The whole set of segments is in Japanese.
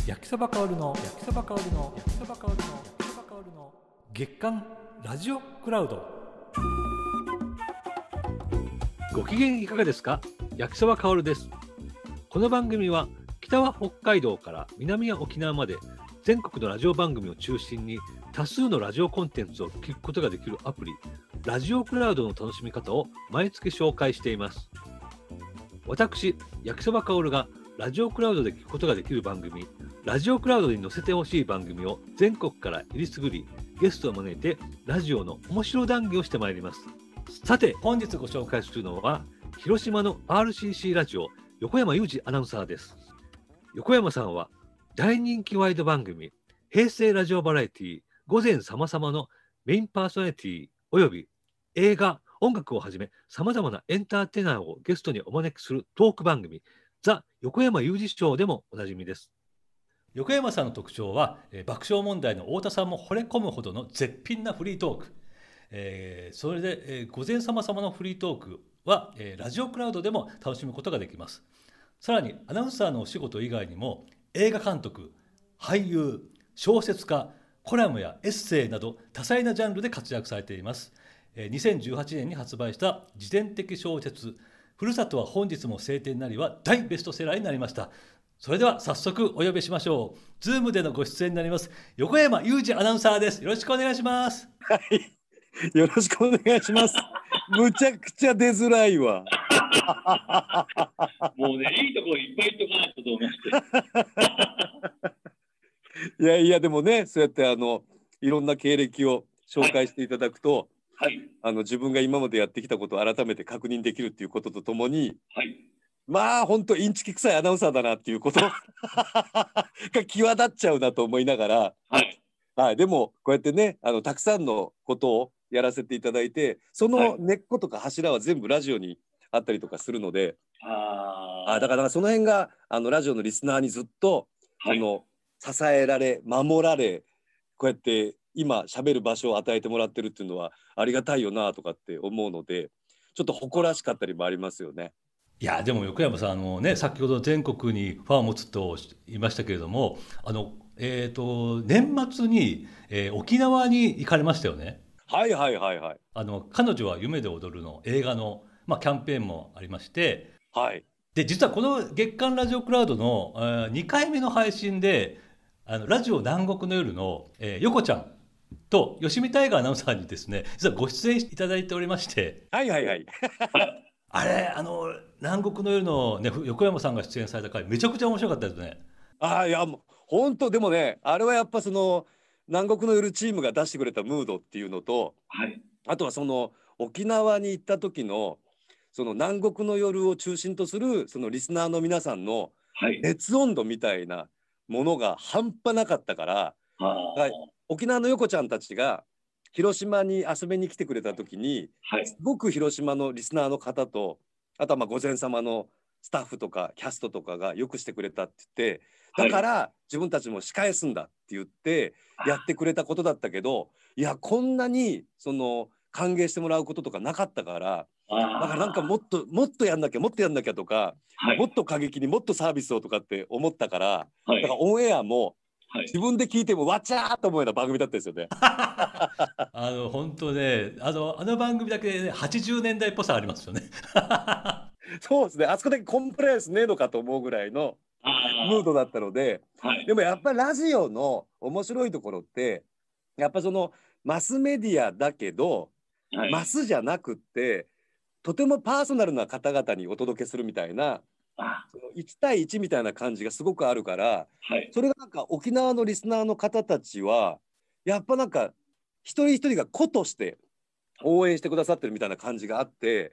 焼きそば香るの月刊ラジオクラウド。 ご機嫌いかがですか？焼きそばかおるです。この番組は北は北海道から南は沖縄まで全国のラジオ番組を中心に多数のラジオコンテンツを聞くことができるアプリラジオクラウドの楽しみ方を毎月紹介しています。私焼きそばかおるがラジオクラウドで聞くことができる番組、ラジオクラウドに載せてほしい番組を全国からえりすぐり、ゲストを招いてラジオの面白談義をしてまいります。さて本日ご紹介するのは広島の RCC ラジオ横山裕二アナウンサーです。横山さんは大人気ワイド番組平成ラジオバラエティ午前さまさまのメインパーソナリティおよび映画音楽をはじめさまざまなエンターテイナーをゲストにお招きするトーク番組ザ・横山裕二ショーでもおなじみです。 横山さんの特徴は、爆笑問題の太田さんも惚れ込むほどの絶品なフリートーク、それで、午前様々のフリートークは、ラジオクラウドでも楽しむことができます。さらにアナウンサーのお仕事以外にも映画監督、俳優、小説家、コラムやエッセイなど多彩なジャンルで活躍されています。2018年に発売した自伝的小説ふるさとは本日も晴天なりは大ベストセラーになりました。それでは早速お呼びしましょう。ズームでのご出演になります横山裕二アナウンサーです。よろしくお願いします。 はい、よろしくお願いします。むちゃくちゃ出づらいわ。 もうね、いいところいっぱい行っとかないと思いまして。 いやいや、でもね、そうやっていろんな経歴を紹介していただくと、 はい、 自分が今までやってきたことを改めて確認できるっていうこととともに、 はい、 まあ本当インチキ臭いアナウンサーだなっていうことが際立っちゃうなと思いながら、 はい、 はい、でもこうやってねたくさんのことをやらせていただいて、その根っことか柱は全部ラジオにあったりとかするので、だからその辺がラジオのリスナーにずっとはい、 支えられ守られ、こうやって今喋る場所を与えてもらってるっていうのはありがたいよなとかって思うので、ちょっと誇らしかったりもありますよね。 いやでも横山さん先ほど全国にファンを持つと言いましたけれども年末に、沖縄に行かれましたよね。 はいはいはいはい。 彼女は夢で踊るの映画の、キャンペーンもありまして、 はい。 で実はこの月刊ラジオクラウドの2回目の配信でラジオ南国の夜の、横ちゃんと吉見大河アナウンサーにですね実はご出演いただいておりまして、 はいはいはい。 あれ南国の夜の、ね、横山さんが出演された回めちゃくちゃ面白かったですね。 いやもう本当でもね、あれはやっぱ南国の夜チームが出してくれたムードっていうのと、 はい、 あとは沖縄に行った時の南国の夜を中心とするリスナーの皆さんのはい、 熱温度みたいなものが半端なかったから、はい、沖縄の横ちゃんたちが広島に遊びに来てくれた時に、 はい、 すごく広島のリスナーの方と、あとは御前様のスタッフとかキャストとかがよくしてくれたって言って、だから自分たちも仕返すんだって言ってやってくれたことだったけど、いやこんなに歓迎してもらうこととかなかったから、だからなんかもっとやんなきゃもっとやんなきゃとか、 はい、 もっと過激にもっとサービスをとかって思ったから、 はい、 だからオンエアもはい、 自分で聞いてもわちゃーと思うような番組だったんですよね。 本当ねあの番組だけ、ね、80年代っぽさありますよね。 そうですね、あそこだけコンプライアンスねえのかと思うぐらいのムードだったので、 はい、 でもやっぱりラジオの面白いところってやっぱマスメディアだけど、 はい、 マスじゃなくってとてもパーソナルな方々にお届けするみたいな、1対1みたいな感じがすごくあるから、 はい、 それがなんか沖縄のリスナーの方たちはやっぱなんか一人一人が子として応援してくださってるみたいな感じがあって、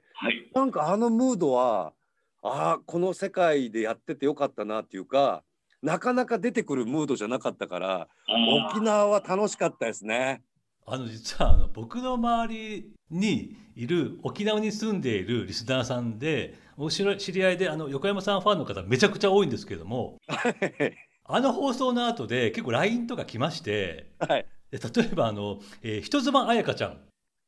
はい、 なんかムードはこの世界でやっててよかったなっていうか、なかなか出てくるムードじゃなかったから沖縄は楽しかったですね。 実は僕の周りにいる沖縄に住んでいるリスナーさんで知り合いで横山さんファンの方めちゃくちゃ多いんですけれども放送の後で結構 LINE とか来まして、 はい、 例えば人妻彩香ちゃん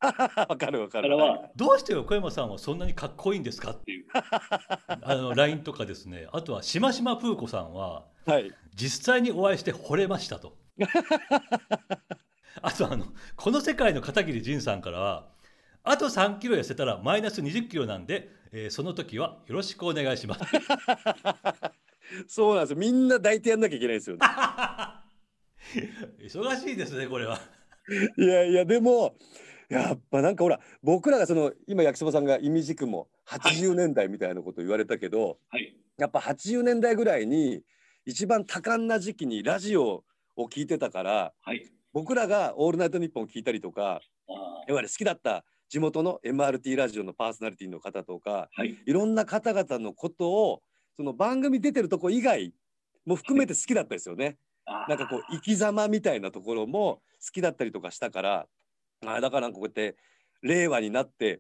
わかるわかる。 からは、 どうして横山さんはそんなにかっこいいんですかっていうLINE とかですね。あとはしましまぷーこさんははい。 実際にお会いして惚れましたと。あとこの世界の片桐仁さんからは、あと3キロ痩せたらマイナス20キロなんで、その時はよろしくお願いします。 そうなんですよ。みんな抱いてやんなきゃいけないですよね。 忙しいですねこれは。 いやいや、でもやっぱなんかほら、僕らが今焼きそばさんがいみじくも80年代みたいなこと言われたけど、 はい。 やっぱ80年代ぐらいに一番多感な時期にラジオを聞いてたから、 はい。 僕らが「オールナイトニッポン」を聞いたりとか、いわゆる好きだった地元の MRT ラジオのパーソナリティの方とか、 はい。 いろんな方々のことをその番組出てるとこ以外も含めて好きだったですよね。なんかこう生き様みたいなところも好きだったりとかしたから、だからなんかこうやって令和になって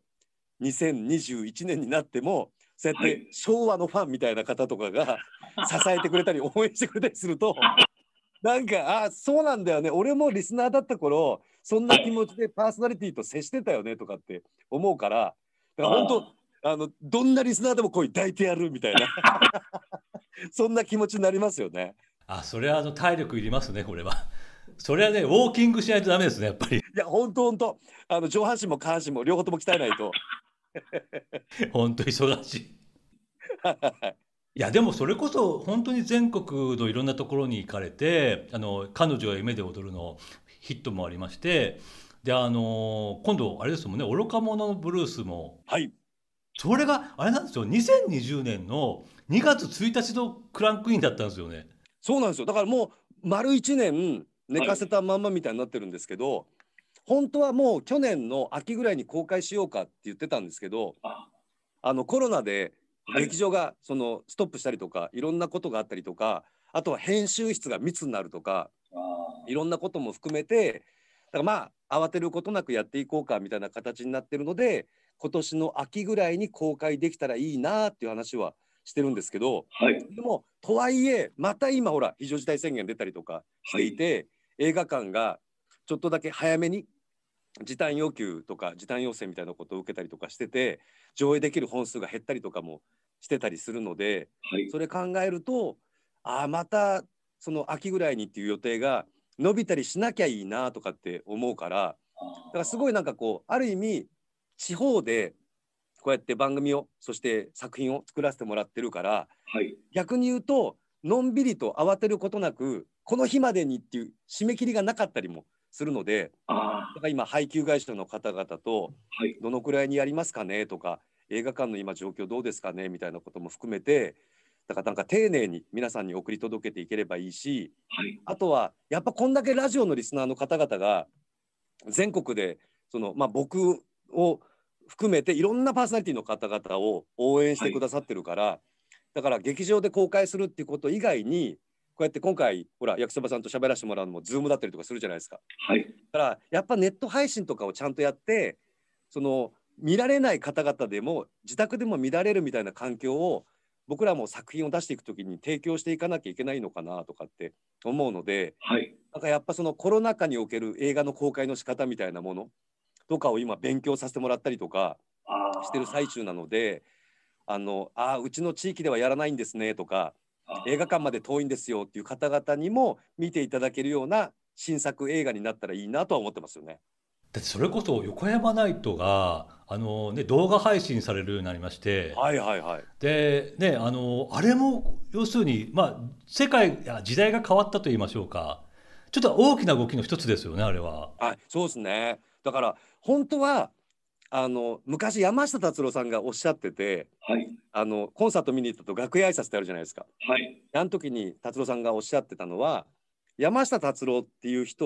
2021年になってもそうやって昭和のファンみたいな方とかが支えてくれたり応援してくれたりすると、なんかそうなんだよね、俺もリスナーだった頃そんな気持ちでパーソナリティと接してたよねとかって思うから、だから本当どんなリスナーでも声抱いてやるみたいなそんな気持ちになりますよね。 それは体力いりますねこれは。それはねウォーキングしないとダメですねやっぱり。 いや本当上半身も下半身も両方とも鍛えないと本当忙しい。いやでもそれこそ本当に全国のいろんなところに行かれて、彼女は夢で踊るのヒットもありまして、で今度あれですもんね、愚か者のブルースも、 はい、 それがあれなんですよ、2020年の2月1日のクランクインだったんですよね。 そうなんですよ。だからもう丸1年寝かせたまんまみたいになってるんですけど、本当はもう去年の秋ぐらいに公開しようかって言ってたんですけど、コロナで劇場がストップしたりとかいろんなことがあったりとか、あとは編集室が密になるとかいろんなことも含めて、だからまあ慌てることなくやっていこうかみたいな形になってるので、今年の秋ぐらいに公開できたらいいなっていう話はしてるんですけど、 はい。 でもとはいえまた今ほら非常事態宣言出たりとかしていて、映画館がちょっとだけ早めに時短要求とか時短要請みたいなことを受けたりとかしてて、上映できる本数が減ったりとかもしてたりするので、それ考えるとまたその秋ぐらいにっていう予定が伸びたりしなきゃいいなとかって思うから、だからすごいなんかこうある意味地方でこうやって番組をそして作品を作らせてもらってるから、逆に言うとのんびりと慌てることなくこの日までにっていう締め切りがなかったりもするので、だから今配給会社の方々とどのくらいにやりますかねとか、映画館の今状況どうですかねみたいなことも含めて、だからなんか丁寧に皆さんに送り届けていければいいし、あとはやっぱこんだけラジオのリスナーの方々が全国で僕を含めていろんなパーソナリティの方々を応援してくださってるから、だから劇場で公開するっていうこと以外にこうやって今回ほら焼きそばさんと喋らせてもらうのも Zoom だったりとかするじゃないですか。だからやっぱネット配信とかをちゃんとやって、見られない方々でも自宅でも見られるみたいな環境を僕らも作品を出していくときに提供していかなきゃいけないのかなとかって思うので、なんかやっぱそのコロナ禍における映画の公開の仕方みたいなものとかを今勉強させてもらったりとかしてる最中なので、うちの地域ではやらないんですねとか、映画館まで遠いんですよっていう方々にも見ていただけるような新作映画になったらいいなとは思ってますよね。 だってそれこそ横山ナイトが動画配信されるようになりまして、でねあれも要するに世界や時代が変わったと言いましょうか、ちょっと大きな動きの一つですよねあれは。 そうですね。だから本当は昔山下達郎さんがおっしゃってて、コンサート見に行ったと楽屋挨拶ってあるじゃないですか。あの時に達郎さんがおっしゃってたのは、山下達郎っていう人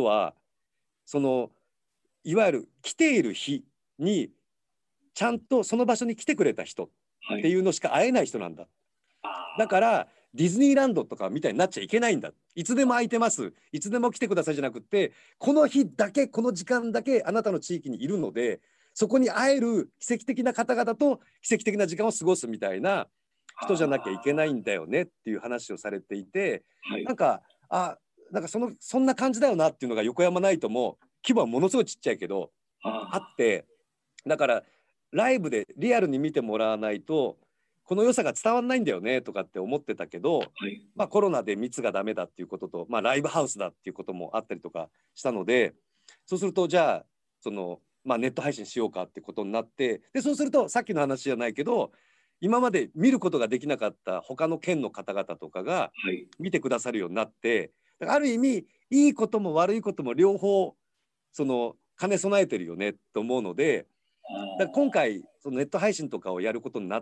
はいわゆる来ている日にちゃんとその場所に来てくれた人っていうのしか会えない人なんだ。だからディズニーランドとかみたいになっちゃいけないんだ。いつでも空いてます、いつでも来てくださいじゃなくって、この日だけこの時間だけあなたの地域にいるので、そこに会える奇跡的な方々と奇跡的な時間を過ごすみたいな人じゃなきゃいけないんだよねっていう話をされていて、なんかそんな感じだよなっていうのが横山ナイトも規模はものすごいちっちゃいけどあって、だからライブでリアルに見てもらわないとこの良さが伝わんないんだよねとかって思ってたけど、 はい。 まあ、コロナで密がダメだっていうことと、まあ、ライブハウスだっていうこともあったりとかしたので、そうするとじゃあまあ、ネット配信しようかってことになって、でそうするとさっきの話じゃないけど今まで見ることができなかった他の県の方々とかがはい。 見てくださるようになって、だからある意味いいことも悪いことも両方兼ね備えてるよねと思うので、だから今回ネット配信とかをやることになって、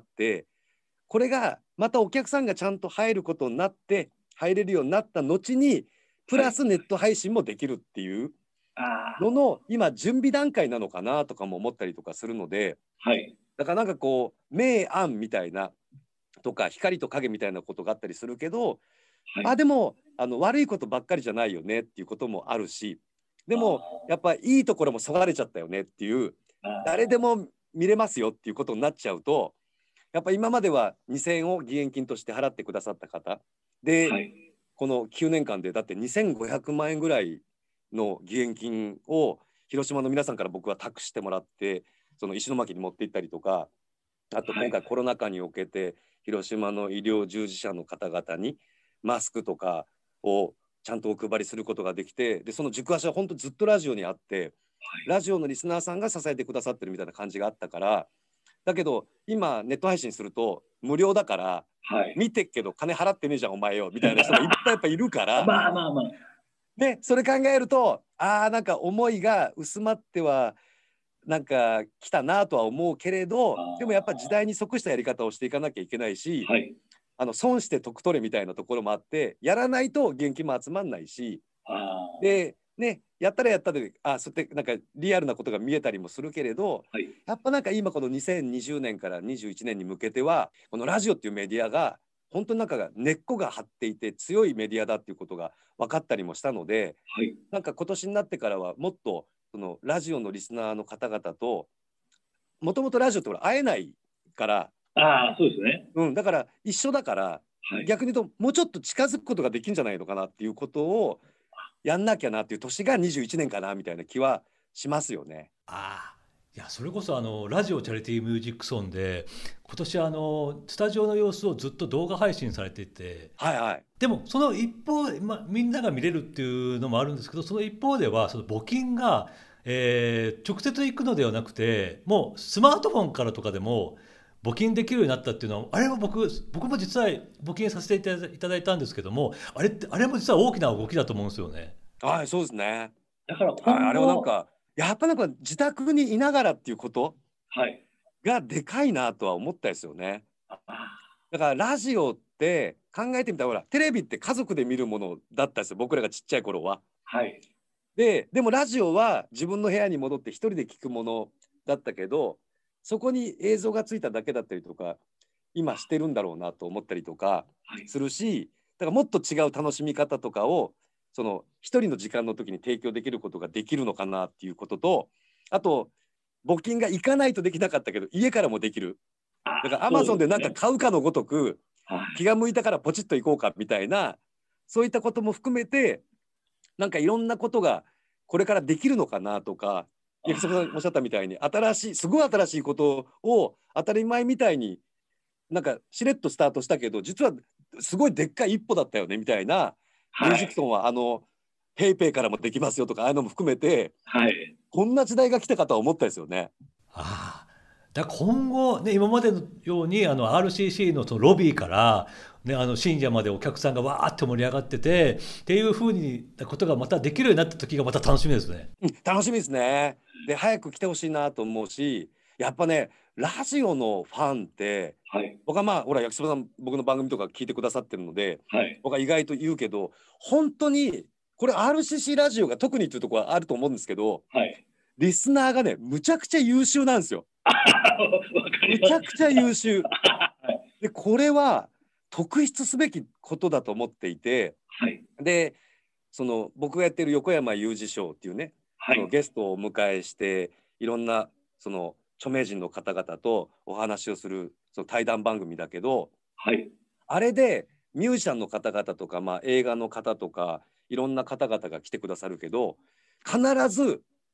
これがまたお客さんがちゃんと入ることになって入れるようになった後にプラスネット配信もできるっていうのの今準備段階なのかなとかも思ったりとかするので、 はい。 だからなんかこう明暗みたいなとか光と影みたいなことがあったりするけど、 はい。 でも悪いことばっかりじゃないよねっていうこともあるし、でもやっぱいいところもそがれちゃったよねっていう、誰でも見れますよっていうことになっちゃうと、やっぱ今までは2000円を義援金として払ってくださった方で、 はい。 この9年間でだって2500万円ぐらいの義援金を広島の皆さんから僕は託してもらって、石巻に持って行ったりとか、あと今回コロナ禍におけて広島の医療従事者の方々にマスクとかをちゃんとお配りすることができて、でその軸足は本当ずっとラジオにあって、ラジオのリスナーさんが支えてくださってるみたいな感じがあったから、だけど今ネット配信すると無料だから、 はい。 見てっけど金払ってねえじゃんお前よみたいな人がいっぱいやっぱいるからまあまあまあ。 でそれ考えるとなんか思いが薄まってはなんか来たなとは思うけれど、でもやっぱ時代に即したやり方をしていかなきゃいけないし、 はい。 損して得取れみたいなところもあって、やらないと元気も集まんないし、でね、やったらやったでそうやってなんかリアルなことが見えたりもするけれど、 はい。 やっぱなんか今この2020年から21年に向けてはこのラジオっていうメディアが本当になんか根っこが張っていて強いメディアだっていうことが分かったりもしたので、 はい。 なんか今年になってからはもっとラジオのリスナーの方々と、もともとラジオってほら会えないから、 そうですね。 だから一緒だから、 はい。 逆に言うともうちょっと近づくことができるんじゃないのかなっていうことをやんなきゃなっていう年が21年かなみたいな気はしますよね。 いや、それこそラジオチャリティーミュージックソンで今年スタジオの様子をずっと動画配信されていて、 はいはい。 でもその一方で、みんなが見れるっていうのもあるんですけど、その一方ではその募金が、直接行くのではなくて、もうスマートフォンからとかでも募金できるようになったっていうのは、あれは僕も実は募金させていただいたんですけども、あれも実は大きな動きだと思うんですよね。 はい、そうですね。 だからあれはなん今後、 かやっぱなんか自宅にいながらっていうことはい。 がでかいなとは思ったですよね。 あだからラジオって考えてみたら、ほらテレビって家族で見るものだったんですよ、僕らがちっちゃい頃は。 はい。 でもラジオは自分の部屋に戻って一人で聞くものだったけど、そこに映像がついただけだったりとか今してるんだろうなと思ったりとかはい。 するし、だからもっと違う楽しみ方とかを一人の時間の時に提供できることができるのかなっていうことと、あと募金が行かないとできなかったけど家からもできる。だからアマゾンでなんか買うかのごとく気が向いたからポチッと行こうかみたいな、そういったことも含めてなんかいろんなことがこれからできるのかなとか、約束さんおっしゃったみたいにすごい新しいことを当たり前みたいになんかしれっとスタートしたけど、実はすごいでっかい一歩だったよねみたいな、ミュージックソンはペイペイからもできますよとか、ああいうのも含めてはい。 こんな時代が来たかとは思ったですよね。 だから今後、ね、今までのようにRCC のそのロビーから、ね、深夜までお客さんがわーって盛り上がっててっていうふうになことがまたできるようになった時がまた楽しみですね。 楽しみですね。で早く来てほしいなと思うし、やっぱねラジオのファンって、 はい。 僕はほら焼きそばさん僕の番組とか聞いてくださってるので、 はい。 僕は意外と言うけど、本当にこれ RCC ラジオが特にっていうところはあると思うんですけど、 はい。 リスナーがねむちゃくちゃ優秀なんですよ。 わかります。 むちゃくちゃ優秀はい。 で、これは特筆すべきことだと思っていて、 はい。 で僕がやってる横山裕二賞っていうね、 はい。 ゲストをお迎えしていろんな著名人の方々とお話をする対談番組だけど、 はい。 あれでミュージシャンの方々とか、映画の方とかいろんな方々が来てくださるけど、必ず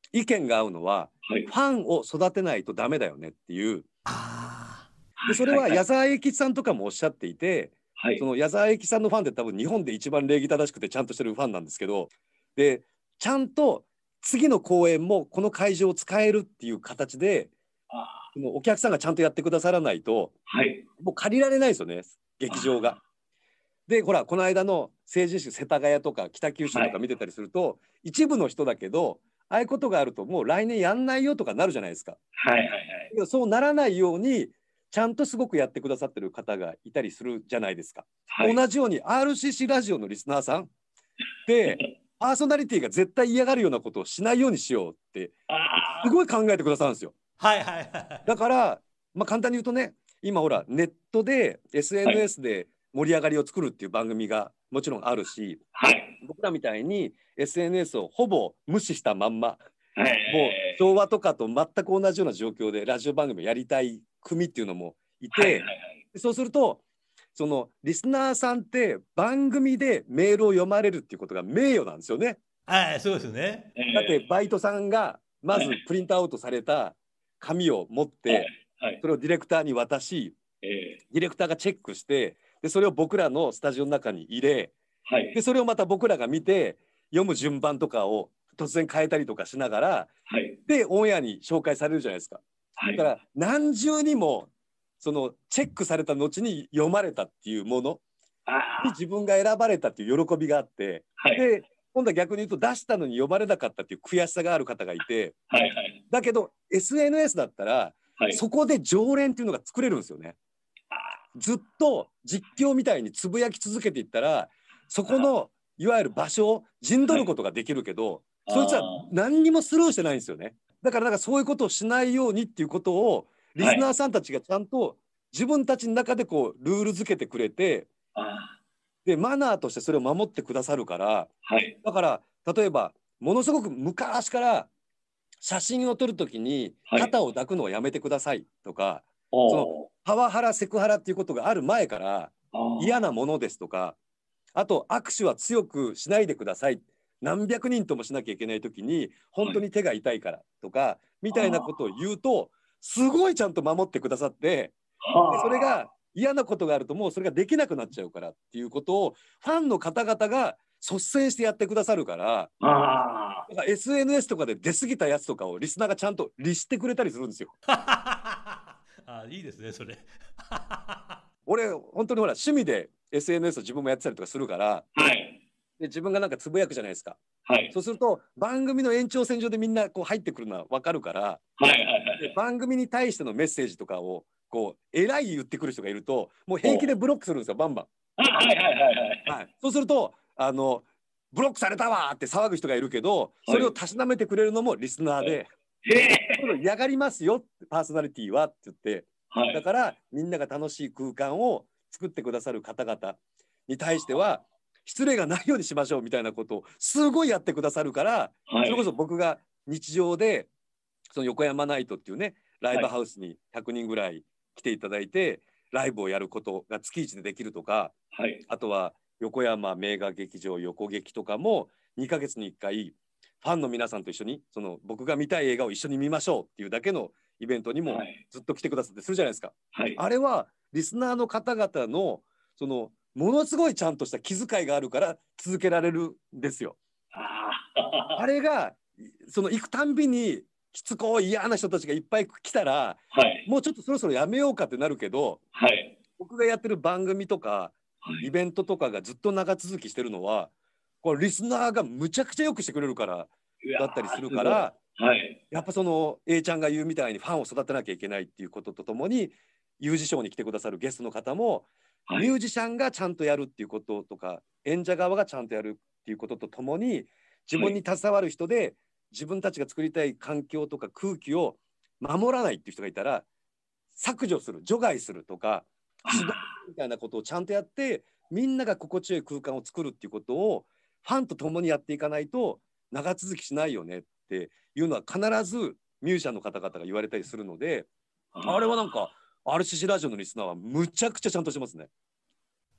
意見が合うのは、 はいファンを育てないとダメだよねっていう。 あでそれは矢沢永吉さんとかもおっしゃっていて、 はいその矢沢永吉さんのファンって多分日本で一番礼儀正しくてちゃんとしてるファンなんですけど、でちゃんと次の公演もこの会場を使えるっていう形で、 あそのお客さんがちゃんとやってくださらないとはいもう借りられないですよね、劇場が。でほらこの間の成人式世田谷とか北九州とか見てたりすると、一部の人だけどああいうことがあるともう来年やんないよとかなるじゃないですか。 はいはいはいいやそうならないようにちゃんとすごくやってくださってる方がいたりするじゃないですか。 はい同じように RCC ラジオのリスナーさんでパーソナリティが絶対嫌がるようなことをしないようにしようってあすごい考えてくださるんですよ。 はいはいはいだからまあ簡単に言うとね、今ほらネットで SNS で盛り上がりを作るっていう番組がもちろんあるし、 はい僕らみたいに SNS をほぼ無視したまんま、 はいもう昭和とかと全く同じような状況でラジオ番組をやりたい組っていうのもいて、 はいはいはいそうするとそのリスナーさんって番組でメールを読まれるっていうことが名誉なんですよね。 はいそうですね。 だってバイトさんがまずプリントアウトされた紙を持ってはいそれをディレクターに渡し、 えディレクターがチェックしてでそれを僕らのスタジオの中に入れ、 はいでそれをまた僕らが見て読む順番とかを突然変えたりとかしながらはいでオンエアに紹介されるじゃないですか。 はいだから何重にもそのチェックされた後に読まれたっていうものあに自分が選ばれたっていう喜びがあって、 はいで今度は逆に言うと出したのに読まれなかったっていう悔しさがある方がいて、 はいはいだけど SNS だったらはいそこで常連っていうのが作れるんですよね。ずっと実況みたいにつぶやき続けていったらそこのいわゆる場所を陣取ることができるけど、そいつは何にもスルーしてないんですよね。だからそういうことをしないようにっていうことをリスナーさんたちがちゃんと自分たちの中でこうルール付けてくれて、でマナーとしてそれを守ってくださるから、 はいだから例えばものすごく昔から写真を撮るときにはい肩を抱くのをやめてくださいとか、 おそのーパワハラセクハラっていうことがある前からあー嫌なものですとか、あと握手は強くしないでください、何百人ともしなきゃいけない時に本当に手が痛いからとか、みたいなことを言うとすごいちゃんと守ってくださって、でそれが嫌なことがあるともうそれができなくなっちゃうからっていうことをファンの方々が率先してやってくださるから、 あだから SNS とかで出過ぎたやつとかをリスナーがちゃんと律してくれたりするんですよ。 あいいですねそれ。 俺本当にほら趣味で SNS を自分もやってたりとかするからーはいで自分がなんかつぶやくじゃないですか。 はいそうすると番組の延長線上でみんなこう入ってくるのは分かるから、 はいはいはいで番組に対してのメッセージとかをこうえらい言ってくる人がいるともう平気でブロックするんですよバンバン。 はいはいはいはいはい、そうするとブロックされたわーって騒ぐ人がいるけどそれをたしなめてくれるのもリスナーで、 へえそういうの嫌がりますよってパーソナリティはって言ってはいだからみんなが楽しい空間を作ってくださる方々に対しては失礼がないようにしましょうみたいなことをすごいやってくださるから、 はいそれこそ僕が日常でその横山ナイトっていうねライブハウスに100人ぐらい来ていただいてライブをやることが月1でできるとか、 はいあとは横山名画劇場横劇とかも2ヶ月に1回ファンの皆さんと一緒にその僕が見たい映画を一緒に見ましょうっていうだけのイベントにもはいずっと来てくださってするじゃないですか。 はいあれはリスナーの方々のそのものすごいちゃんとした気遣いがあるから続けられるんですよ。 ああれがその行くたんびにしつこい嫌な人たちがいっぱい来たらはいもうちょっとそろそろやめようかってなるけど、 はい僕がやってる番組とかはいイベントとかがずっと長続きしてるのはこれリスナーがむちゃくちゃよくしてくれるからだったりするからはいやっぱその A ちゃんが言うみたいにファンを育てなきゃいけないっていうこととともに有事ショーに来てくださるゲストの方もはいミュージシャンがちゃんとやるっていうこととか演者側がちゃんとやるっていうこととともに自分に携わる人で自分たちが作りたい環境とか空気を守らないっていう人がいたら削除する除外するとか指導みたいなことをちゃんとやってみんなが心地よい空間を作るっていうことをファンと共にやっていかないと長続きしないよねっていうのは必ずミュージシャンの方々が言われたりするのであれはなんかRCC ラジオのリスナーはむちゃくちゃちゃんとしてますね。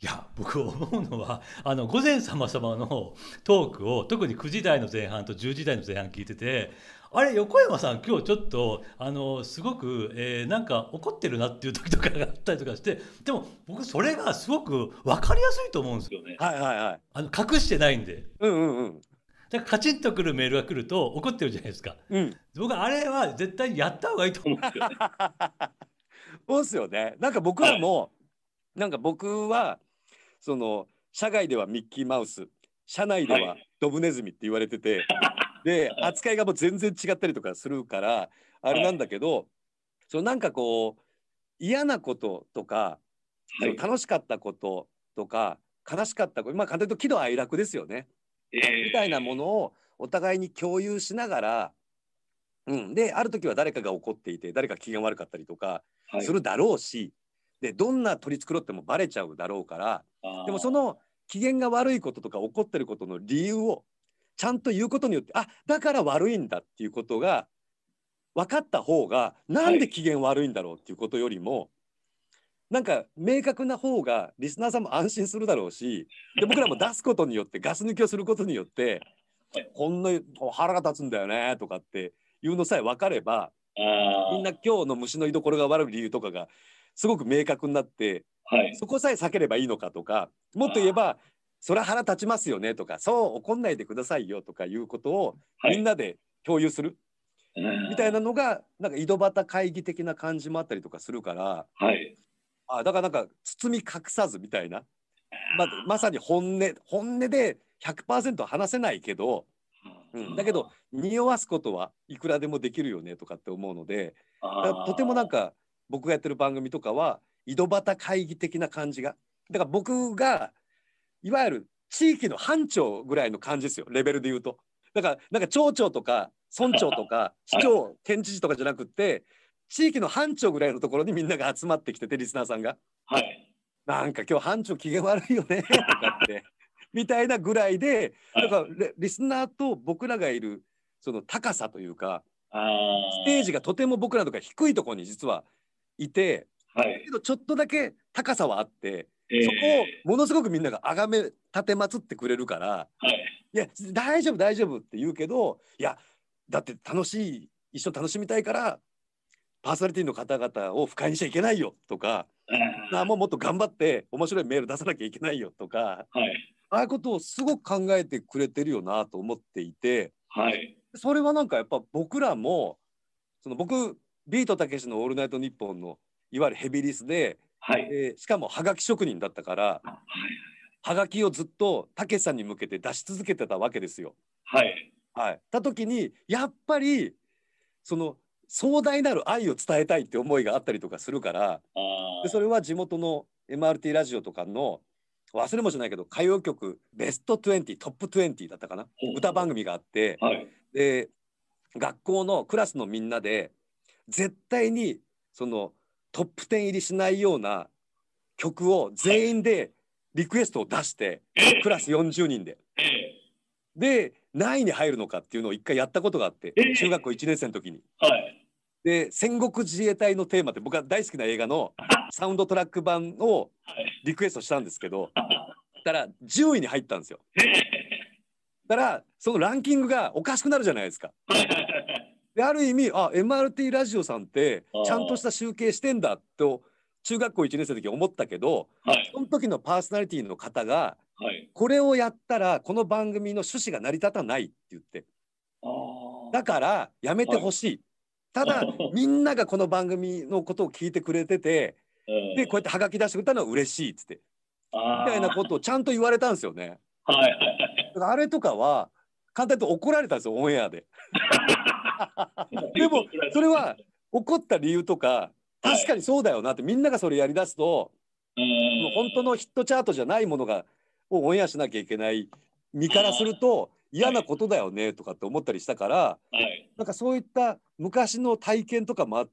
いや僕思うのは御前様様のトークを特に9時台の前半と10時台の前半聞いてて、あれ横山さん今日ちょっとすごく、なんか怒ってるなっていう時とかがあったりとかして、でも僕それがすごく分かりやすいと思うんですよね。 はいはいはい。 隠してないんで。 うんうんうん。 だからカチンとくるメールが来ると怒ってるじゃないですか。 うん。 僕あれは絶対にやった方がいいと思うんですよね。 そうですよね。なんか僕らも、なんか僕はその社外ではミッキーマウス、社内ではドブネズミって言われてて、で扱いがもう全然違ったりとかするからあれなんだけど、そのなんかこう嫌なこととか、その楽しかったこととか悲しかったこと、まあ簡単に言うと喜怒哀楽ですよね、みたいなものをお互いに共有しながら、である時は誰かが怒っていて誰か機嫌悪かったりとかするだろうし、でどんな取り繕ってもバレちゃうだろうから、でもその機嫌が悪いこととか怒ってることの理由をちゃんと言うことによって、あ、だから悪いんだっていうことが分かった方が、なんで機嫌悪いんだろうっていうことよりも、なんか明確な方がリスナーさんも安心するだろうし、で僕らも出すことによってガス抜きをすることによってこんな腹が立つんだよねとかっていうのさえ分かれば、みんな今日の虫の居所が悪い理由とかがすごく明確になって、そこさえ避ければいいのかとか、もっと言えばそれは腹立ちますよねとか、そう怒んないでくださいよとかいうことをみんなで共有するみたいなのが、なんか井戸端会議的な感じもあったりとかするから、だからなんか包み隠さずみたいな、まさに本音で 100% 話せないけど、だけど匂わすことはいくらでもできるよねとかって思うので、とてもなんか僕がやってる番組とかは井戸端会議的な感じが、だから僕がいわゆる地域の班長ぐらいの感じですよ、レベルで言うと。だからなんか町長とか村長とか市長県知事とかじゃなくって、地域の班長ぐらいのところにみんなが集まってきてて、リスナーさんが、なんか今日班長機嫌悪いよねとかってみたいなぐらいで、だからリスナーと僕らがいるその高さというか、ステージがとても僕らとか低いところに実はいて、だけどちょっとだけ高さはあって、そこをものすごくみんなが崇め立てまつってくれるから、いや大丈夫大丈夫って言うけど、いやだって一緒楽しみたいからパーソナリティの方々を不快にしちゃいけないよとか、もっと頑張って面白いメール出さなきゃいけないよとか、ああいうことをすごく考えてくれてるよなと思っていて、それはなんかやっぱ僕らも、僕ビートたけしの「オールナイトニッポン」のいわゆるヘビリスで、しかもはがき職人だったから、はがきをずっとたけしさんに向けて出し続けてたわけですよ。た時にやっぱりその壮大なる愛を伝えたいって思いがあったりとかするから、でそれは地元の MRT ラジオとかの忘れもしないけど歌謡曲ベスト20トップ20だったかな、歌番組があって、で学校のクラスのみんなで絶対にそのトップ10入りしないような曲を全員でリクエストを出して、クラス40人で何位に入るのかっていうのを一回やったことがあって、中学校1年生の時に。で戦国自衛隊のテーマって僕が大好きな映画のサウンドトラック版をリクエストしたんですけど、だから10位に入ったんですよ。だからそのランキングがおかしくなるじゃないですか。である意味MRT ラジオさんってちゃんとした集計してんだと中学校1年生の時思ったけど、その時のパーソナリティの方が、これをやったらこの番組の趣旨が成り立たないって言って、だからやめてほしい、ただみんながこの番組のことを聞いてくれてて、でこうやってはがき出してくれたのは嬉しいっつってみたいなことをちゃんと言われたんですよね。だからあれとかは簡単に言うと怒られたんですよ、オンエアで。でもそれは怒った理由とか確かにそうだよなって、みんながそれやりだすと本当のヒットチャートじゃないものをオンエアしなきゃいけない身からすると嫌なことだよねとかって思ったりしたから、なんかそういった昔の体験とかもあって、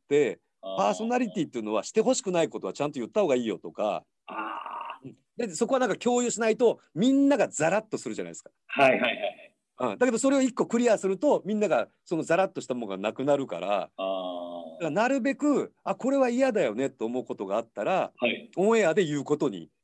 パーソナリティっていうのはしてほしくないことはちゃんと言った方がいいよとか、でそこはなんか共有しないとみんながザラッとするじゃないですか。だけどそれを一個クリアするとみんながそのザラッとしたものがなくなるから、だからなるべくこれは嫌だよねと思うことがあったら、オンエアで言うことに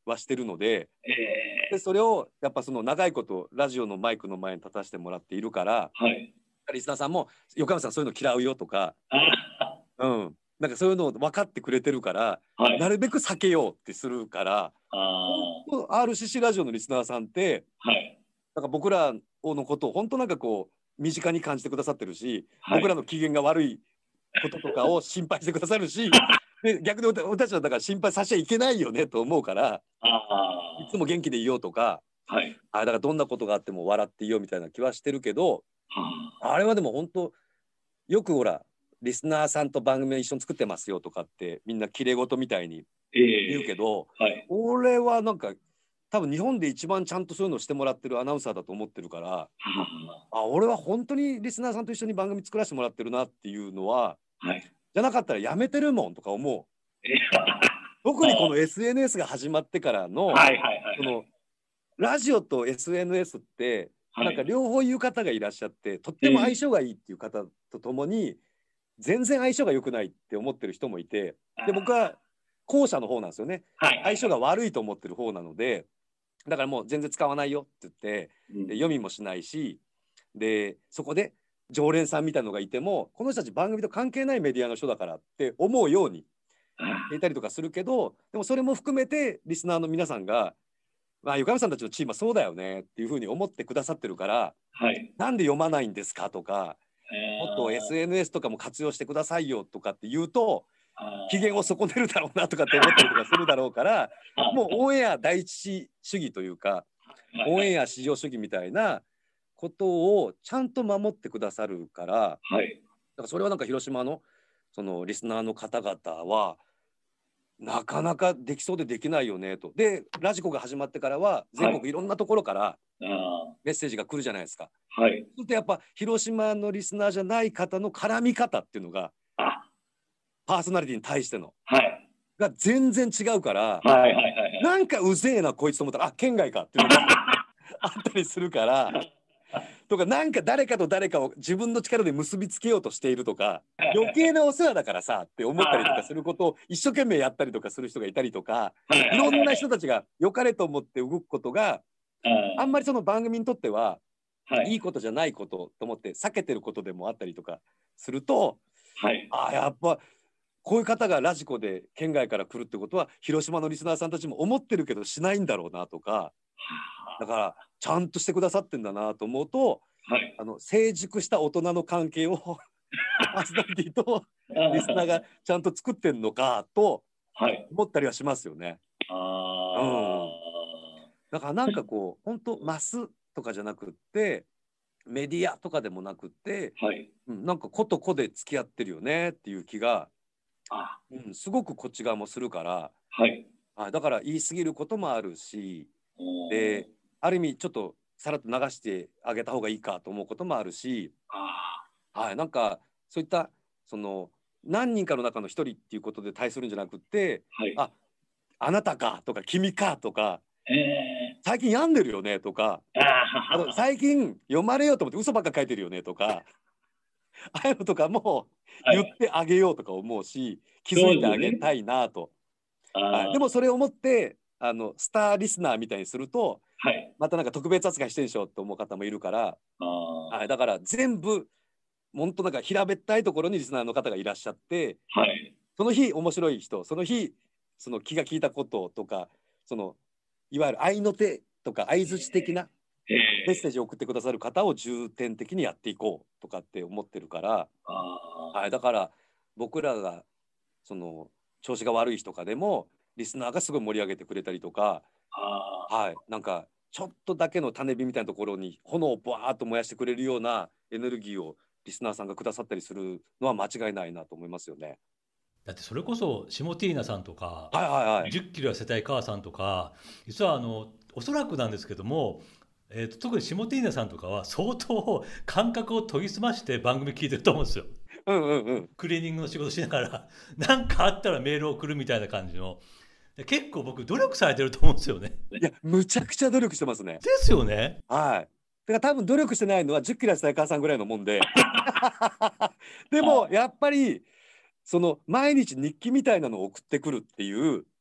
はしてるので、でそれをやっぱその長いことラジオのマイクの前に立たせてもらっているから、 はい。 リスナーさんも横山さんそういうの嫌うよとか、 あなんかそういうのを分かってくれてるから、 はい。 なるべく避けようってするから、 あ本当 RCC ラジオのリスナーさんってはい。 なんか僕らのことを本当なんかこう身近に感じてくださってるし、 はい僕らの機嫌が悪いこととかを心配してくださるし、で逆に私たちはだから心配させちゃいけないよねと思うから、いつも元気でいようとか、 はい。 だからどんなことがあっても笑っていようみたいな気はしてるけど、あれはでも本当よくほらリスナーさんと番組を一緒に作ってますよとかってみんな綺麗事みたいに言うけど、 はい。 俺はなんか多分日本で一番ちゃんとそういうのをしてもらってるアナウンサーだと思ってるから、俺は本当にリスナーさんと一緒に番組作らせてもらってるなっていうのは、 はい。 じゃなかったらやめてるもんとか思う。特にこの SNS が始まってからの、 はいはいはい。 このラジオと SNS ってなんか両方言う方がいらっしゃって、とっても相性がいいっていう方とともに全然相性が良くないって思ってる人もいて、で僕は後者の方なんですよね。相性が悪いと思ってる方なので、だからもう全然使わないよって言ってで読みもしないし、でそこで常連さんみたいなのがいてもこの人たち番組と関係ないメディアの人だからって思うようにいたりとかするけど、でもそれも含めてリスナーの皆さんが横山さんたちのチームはそうだよねっていうふうに思ってくださってるから、なんで読まないんですかとか、もっと SNS とかも活用してくださいよとかって言うと機嫌を損ねるだろうなとかって思ったりとかするだろうから、もうオンエア第一主義というかオンエア至上主義みたいなことをちゃんと守ってくださるから、だからそれはなんか広島のそのリスナーの方々はなかなかできそうでできないよねと。でラジコが始まってからは全国いろんなところからメッセージが来るじゃないですか。そうするとやっぱ広島のリスナーじゃない方の絡み方っていうのがパーソナリティに対してのが全然違うから、なんかうぜえなこいつと思ったら県外かっていうのがあったりするからとか、なんか誰かと誰かを自分の力で結びつけようとしているとか、余計なお世話だからさって思ったりとかすることを一生懸命やったりとかする人がいたりとか、いろんな人たちが良かれと思って動くことがあんまりその番組にとってはいいことじゃないことと思って避けてることでもあったりとかすると、やっぱこういう方がラジコで県外から来るってことは広島のリスナーさんたちも思ってるけどしないんだろうなとか、だからちゃんとしてくださってんだなと思うと、成熟した大人の関係をパーソナリティとリスナーがちゃんと作ってんのかと思ったりはしますよね。だからなんかこう本当マスとかじゃなくってメディアとかでもなくって、なんか個と個で付き合ってるよねっていう気がすごくこっち側もするから、だから言い過ぎることもあるし、である意味ちょっとさらっと流してあげた方がいいかと思うこともあるし、なんかそういったその何人かの中の一人っていうことで対するんじゃなくって、あなたかとか君かとか、最近病んでるよねとか、あと最近読まれようと思って嘘ばっか書いてるよねとか、ああいうのとかも言ってあげようとか思うし、気づいてあげたいなと。でもそれを思ってスターリスナーみたいにすると、またなんか特別扱いしてんでしょって思う方もいるから、だから全部本当なんか平べったいところにリスナーの方がいらっしゃって、その日面白い人、その日その気が利いたこととか、そのいわゆる合いの手とか相づち的なメッセージを送ってくださる方を重点的にやっていこうとかって思ってるから、だから僕らがその調子が悪い日とかでもリスナーがすごい盛り上げてくれたりとか、なんかちょっとだけの種火みたいなところに炎をバーッと燃やしてくれるようなエネルギーをリスナーさんがくださったりするのは間違いないなと思いますよね。 だってそれこそシモティーナさんとか、10キロ痩せたい母さんとか、実はおそらくなんですけども、特にシモティーナさんとかは相当感覚を研ぎ澄まして番組聞いてると思うんですよ。クリーニングの仕事しながら何かあったらメールを送るみたいな感じの、結構僕努力されてると思うんですよね。 いやむちゃくちゃ努力してますね。 ですよね。 だから多分努力してないのは10キロ痩せたい母さんぐらいのもんででもやっぱりその毎日日記みたいなのを送ってくるっていう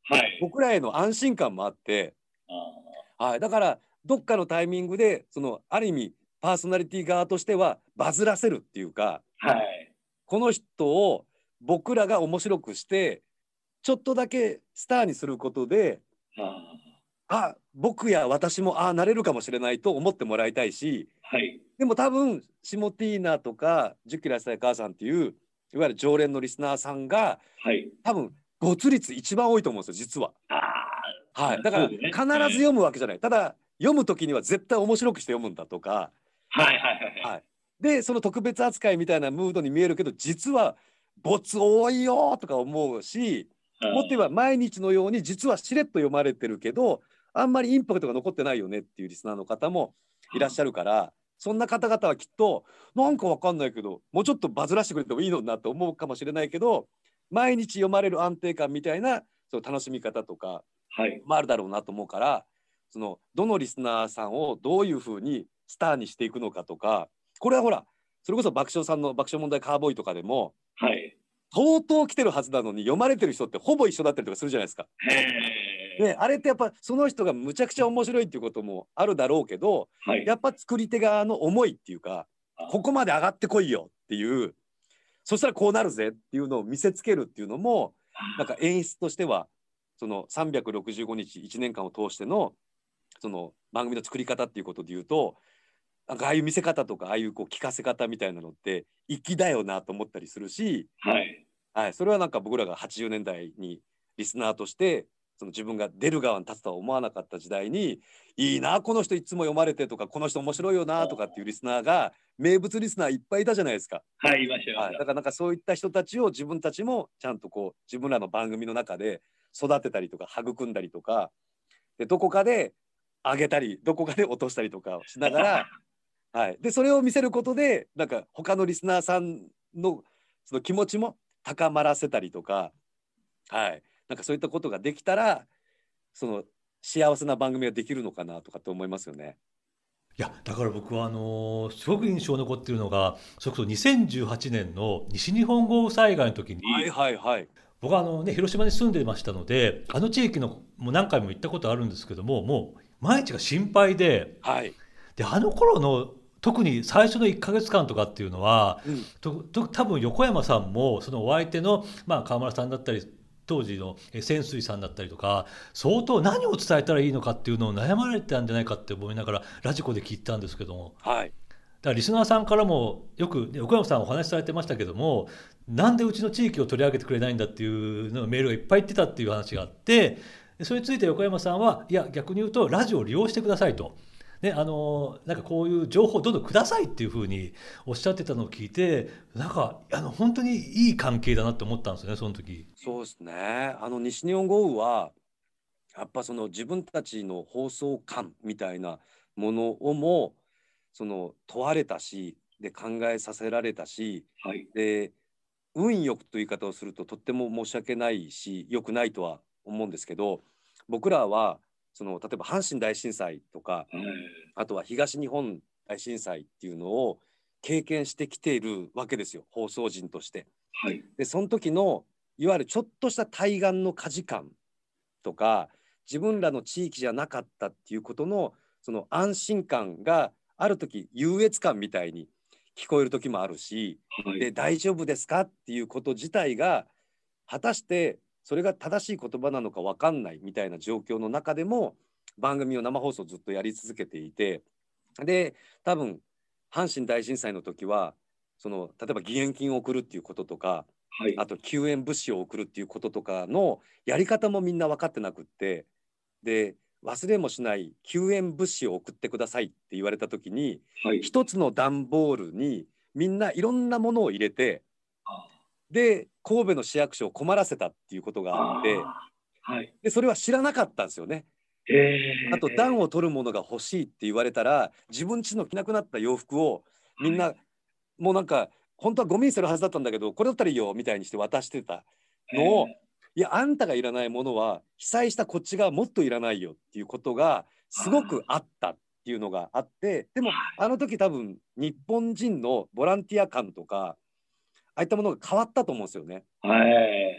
はい。 僕らへの安心感もあって、 あはい、だからどっかのタイミングでそのある意味パーソナリティ側としてはバズらせるっていうか、 はい。 この人を僕らが面白くしてちょっとだけスターにすることで、 あ僕や私もなれるかもしれないと思ってもらいたいし、 はい。 でも多分シモティーナとか10キロ痩せたい母さんっていういわゆる常連のリスナーさんがはい。 多分没率一番多いと思うんですよ実は。 ああ、 はい、だから必そうですね。 ず読むわけじゃない。ただ読む時には絶対面白くして読むんだとか、 はいはいはいはい。 はい、でその特別扱いみたいなムードに見えるけど実は没多いよとか思うし、もっと言えば毎日のように実はしれっと読まれてるけどあんまりインパクトが残ってないよねっていうリスナーの方もいらっしゃるから、そんな方々はきっとなんかわかんないけどもうちょっとバズらしてくれてもいいのになと思うかもしれないけど、毎日読まれる安定感みたいなその楽しみ方とかはい。 もあるだろうなと思うから、そのどのリスナーさんをどういうふうにスターにしていくのかとか、これはほらそれこそ爆笑さんの爆笑問題カーボーイとかでもはい。 相当来てるはずなのに読まれてる人ってほぼ一緒だったりとかするじゃないですか。で、あれってやっぱその人がむちゃくちゃ面白いっていうこともあるだろうけど、 はい。 やっぱ作り手側の思いっていうか、ここまで上がってこいよっていう、そしたらこうなるぜっていうのを見せつけるっていうのもなんか演出としてはその365日1年間を通してのその番組の作り方っていうことで言うと、なんかああいう見せ方とかああいうこう聞かせ方みたいなのって粋だよなと思ったりするし、 はい。 はい、それはなんか僕らが80年代にリスナーとしてその自分が出る側に立つとは思わなかった時代に、いいなこの人いつも読まれてとかこの人面白いよなとかっていうリスナーが名物リスナーいっぱいいたじゃないですか。 はい、いました、いまはい、だした。 からなんかそういった人たちを自分たちもちゃんとこう自分らの番組の中で育てたりとか育んだりとかで、どこかで上げたりどこかで落としたりとかをしながら、はい、でそれを見せることでなんか他のリスナーさんのその気持ちも高まらせたりとか、はい、なんかそういったことができたらその幸せな番組ができるのかなとかって思いますよね。 いや、だから僕はすごく印象に残っているのが、それこそ2018年の西日本豪雨災害の時はいに、 はいはい。 僕は広島に住んでましたので、あの地域のもう何回も行ったことあるんですけども、もう毎日が心配で、 はい。 で、あの頃の特に最初の1ヶ月間とかっていうのは、 うん。 多分横山さんもそのお相手の、川村さんだったり当時の泉水さんだったりとか相当何を伝えたらいいのかっていうのを悩まれてたんじゃないかって思いながらラジコで聞いたんですけども、 はい。 だからリスナーさんからもよく横山さんお話しされてましたけども、なんでうちの地域を取り上げてくれないんだっていうのメールがいっぱい言ってたっていう話があって、それについて横山さんはいや逆に言うとラジオを利用してくださいと。ね、なんかこういう情報をどんどんくださいっていうふうにおっしゃってたのを聞いて、なんか本当にいい関係だなって思ったんですよね、その時。 そうですね。西日本豪雨はやっぱその自分たちの放送感みたいなものをもその問われたし、で考えさせられたし、 はい。 で運よくという言い方をするととっても申し訳ないし良くないとは思うんですけど、僕らはその例えば阪神大震災とかはい。 あとは東日本大震災っていうのを経験してきているわけですよ、放送人として。 はい。 でその時のいわゆるちょっとした対岸の火事感とか自分らの地域じゃなかったっていうことのその安心感がある時優越感みたいに聞こえる時もあるし、 はい。 で大丈夫ですかっていうこと自体が果たしてそれが正しい言葉なのか分かんないみたいな状況の中でも番組を生放送ずっとやり続けていて、で多分阪神大震災の時はその例えば義援金を送るっていうこととか、 はい。 あと救援物資を送るっていうこととかのやり方もみんな分かってなくって、で忘れもしない救援物資を送ってくださいって言われた時にはい。 一つの段ボールにみんないろんなものを入れて、 あで神戸の市役所を困らせたっていうことがあって、 あ。はい。 でそれは知らなかったんですよね。あと暖を取るものが欲しいって言われたら自分家の着なくなった洋服をみんなもうなんか本当はゴミにするはずだったんだけどこれだったらいいよみたいにして渡してたのを、いやあんたがいらないものは被災したこっちがもっといらないよっていうことがすごくあったっていうのがあって、でもあの時多分日本人のボランティア感とかああいったものが変わったと思うんですよね。 はい。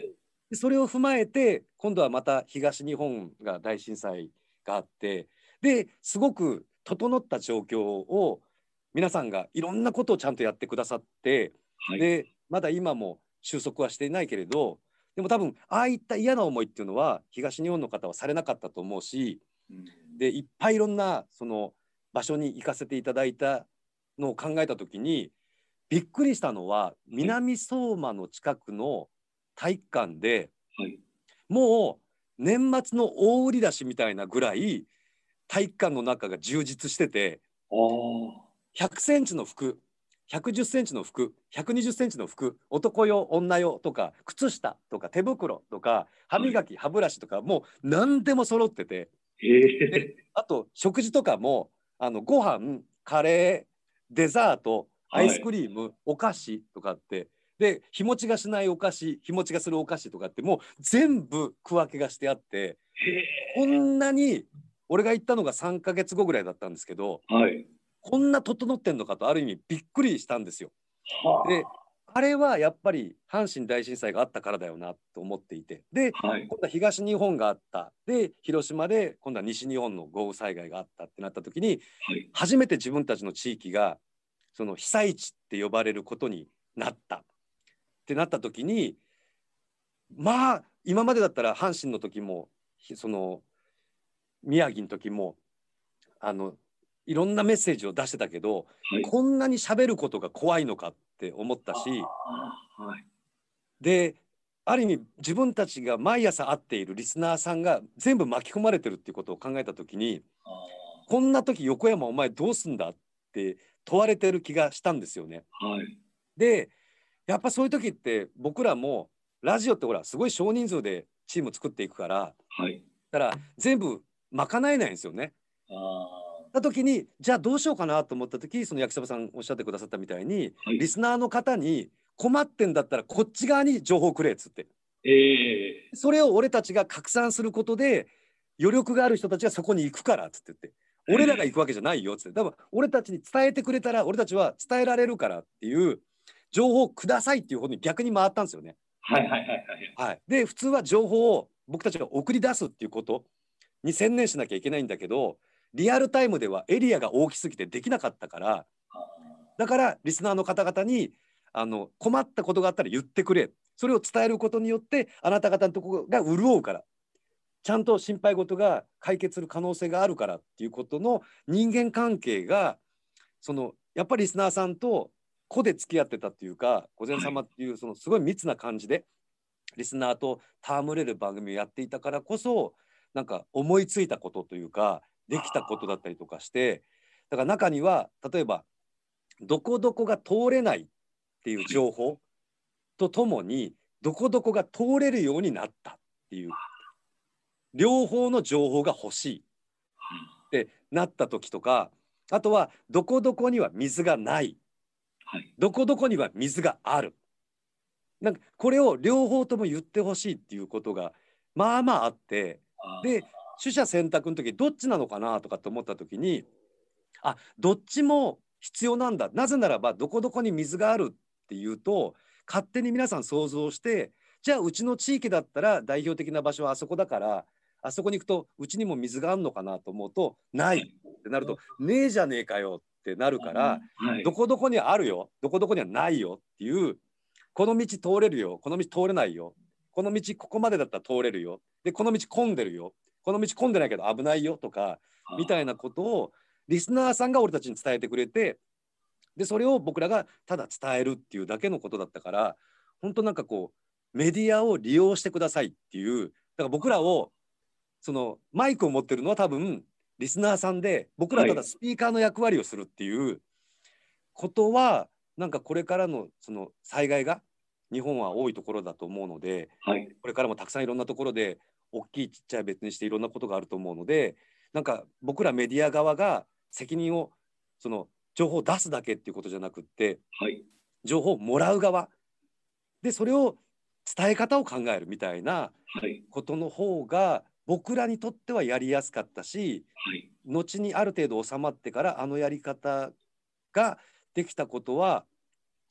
でそれを踏まえて今度はまた東日本が大震災があって、ですごく整った状況を皆さんがいろんなことをちゃんとやってくださって、 はい。 でまだ今も収束はしていないけれど、でも多分ああいった嫌な思いっていうのは東日本の方はされなかったと思うし、 うんでいっぱいいろんなその場所に行かせていただいたのを考えた時にびっくりしたのは、南相馬の近くの体育館ではい。 もう年末の大売り出しみたいなぐらい体育館の中が充実してて、 ああ。 100センチの服、110センチの服、120センチの服、男用女用とか靴下とか手袋とか歯磨き、歯ブラシとかもう何でも揃ってて、 へえ。 あと食事とかもご飯、カレー、デザート、アイスクリーム、お菓子とかって、で日持ちがしないお菓子、日持ちがするお菓子とかってもう全部区分けがしてあって、 へえ。 こんなに俺が行ったのが3ヶ月後ぐらいだったんですけど、 はい。ここんな整ってんのかとある意味びっくりしたんですよ。 はであれはやっぱり阪神大震災があったからだよなと思っていて、であ。はい。 今度は東日本があった、で広島で今度は西日本の豪雨災害があったってなった時に、 はい。 初めて自分たちの地域がその被災地って呼ばれることになったってなった時に、まあ今までだったら阪神の時もその宮城の時もいろんなメッセージを出してたけど、 はい。 こんなに喋ることが怖いのかって思ったし、 ああ。はい。 である意味自分たちが毎朝会っているリスナーさんが全部巻き込まれてるっていうことを考えた時に、 あこんな時横山お前どうすんだって問われてる気がしたんですよね。 あ。はい。 でやっぱそういう時って僕らもラジオってほらすごい少人数でチーム作っていくからはい。 だから全部賄えないんですよね。 あた時にじゃあどうしようかなと思った時、その焼きそばさんおっしゃってくださったみたいに、 はいリスナーの方に困ってんだったらこっち側に情報くれっつって、 ええ。 それを俺たちが拡散することで余力がある人たちがそこに行くからっつって言って、俺らが行くわけじゃないよっつって、多分俺たちに伝えてくれたら俺たちは伝えられるからっていう情報をくださいっていう方に逆に回ったんですよね。 はいはいはいはい。 はい、で普通は情報を僕たちが送り出すっていうことに専念しなきゃいけないんだけど、リアルタイムではエリアが大きすぎてできなかったから、だからリスナーの方々に困ったことがあったら言ってくれ、それを伝えることによってあなた方のところが潤うから、ちゃんと心配事が解決する可能性があるからっていうことの人間関係がやっぱりリスナーさんと個で付き合ってたっていうか、御前様っていうすごい密な感じでリスナーと戯れる番組をやっていたからこそ、なんか思いついたことというかできたことだったりとかして、だから中には例えばどこどこが通れないっていう情報とともにどこどこが通れるようになったっていう両方の情報が欲しいってなった時とか、あとはどこどこには水がない、 はい。 どこどこには水がある、なんかこれを両方とも言ってほしいっていうことがまあまああって、で取捨選択の時どっちなのかなとかって思った時に、どっちも必要なんだ、なぜならばどこどこに水があるっていうと勝手に皆さん想像して、じゃあうちの地域だったら代表的な場所はあそこだからあそこに行くとうちにも水があるのかなと思うとないってなると、ねえじゃねえかよってなるから、 はい。 どこどこにはあるよ、どこどこにはないよっていう、この道通れるよ、この道通れないよ、この道ここまでだったら通れるよ、でこの道混んでるよ、この道混んでないけど危ないよとかみたいなことをリスナーさんが俺たちに伝えてくれて、でそれを僕らがただ伝えるっていうだけのことだったから、本当なんかこうメディアを利用してくださいっていう、だから僕らをマイクを持ってるのは多分リスナーさんで、僕らはただスピーカーの役割をするっていうことは、なんかこれからの災害が日本は多いところだと思うので、 はい。 これからもたくさんいろんなところで大きいちっちゃい別にしていろんなことがあると思うので、なんか僕らメディア側が責任を情報を出すだけっていうことじゃなくって、 はい。 情報をもらう側でそれを伝え方を考えるみたいなはい。 ことの方が僕らにとってはやりやすかったし、 はい。 後にある程度収まってからやり方ができたことは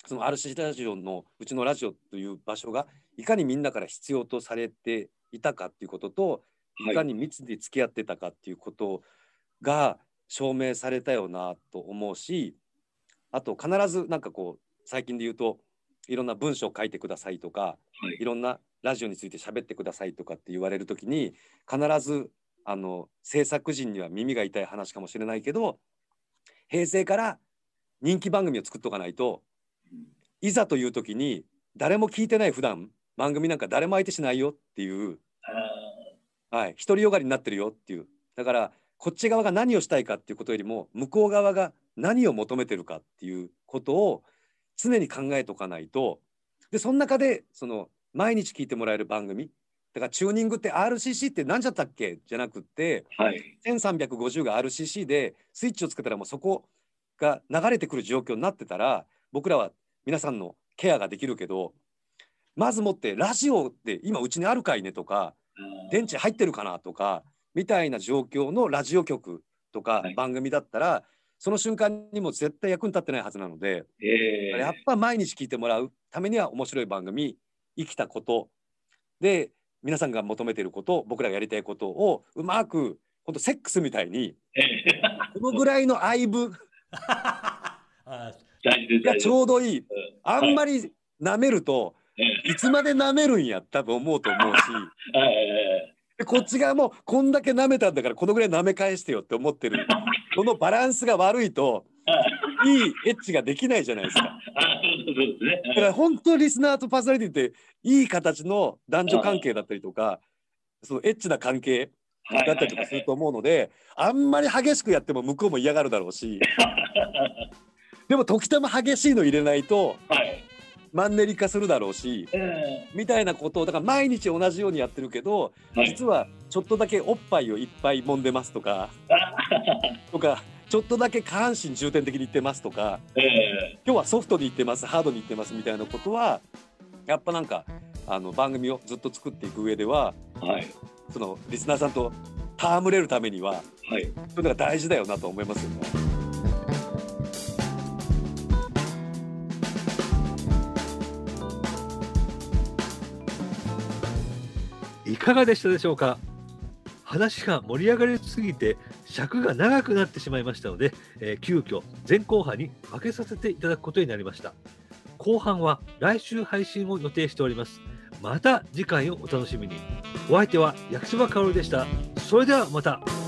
その RCC ラジオのうちのラジオという場所がいかにみんなから必要とされていたかっていうことと、いかに密に付き合ってたかっていうことが証明されたよなと思うし、あと必ずなんかこう最近で言うといろんな文章を書いてくださいとか、いろんなラジオについて喋ってくださいとかって言われるときに、必ず制作陣には耳が痛い話かもしれないけど、平成から人気番組を作っとかないと、いざという時に誰も聞いてない普段番組なんか誰も相手しないよっていう、はい、独りよがりになってるよっていう。だからこっち側が何をしたいかっていうことよりも、向こう側が何を求めてるかっていうことを常に考えとかないと。でその中でその毎日聞いてもらえる番組だから、チューニングって RCC って何じゃったっけじゃなくって、1350が RCC でスイッチをつけたらもうそこが流れてくる状況になってたら、僕らは皆さんのケアができるけど、まずもってラジオって今うちにあるかいねとか、電池入ってるかなとかみたいな状況のラジオ局とか番組だったら、その瞬間にも絶対役に立ってないはずなので、やっぱ毎日聞いてもらうためには面白い番組、生きたことで皆さんが求めていること、僕らがやりたいことをうまく、ほんとセックスみたいにこのぐらいの相部がちょうどいい。あんまり舐めるといつまで舐めるんや多分思うと思うし、でこっち側もこんだけ舐めたんだからこのぐらい舐め返してよって思ってるこのバランスが悪いといいエッチができないじゃないですか。だから本当リスナーとパーソナリティっていい形の男女関係だったりとか、そのエッチな関係だったりとかすると思うので、あんまり激しくやっても向こうも嫌がるだろうしでも時たま激しいの入れないとマンネリ化するだろうし、みたいなことをだから毎日同じようにやってるけど、実はちょっとだけおっぱいをいっぱい揉んでますとかちょっとだけ下半身重点的に言ってますとか、今日はソフトに言ってます、ハードに言ってますみたいなことは、やっぱなんか番組をずっと作っていく上では、そのリスナーさんと戯れるためには、そういうのが大事だよなと思いますよね。 いかがでしたでしょうか。話が盛り上がりすぎて尺が長くなってしまいましたので、急遽前後半に分けさせていただくことになりました。後半は来週配信を予定しております。また次回をお楽しみに。お相手は焼きそばかおるでした。それではまた。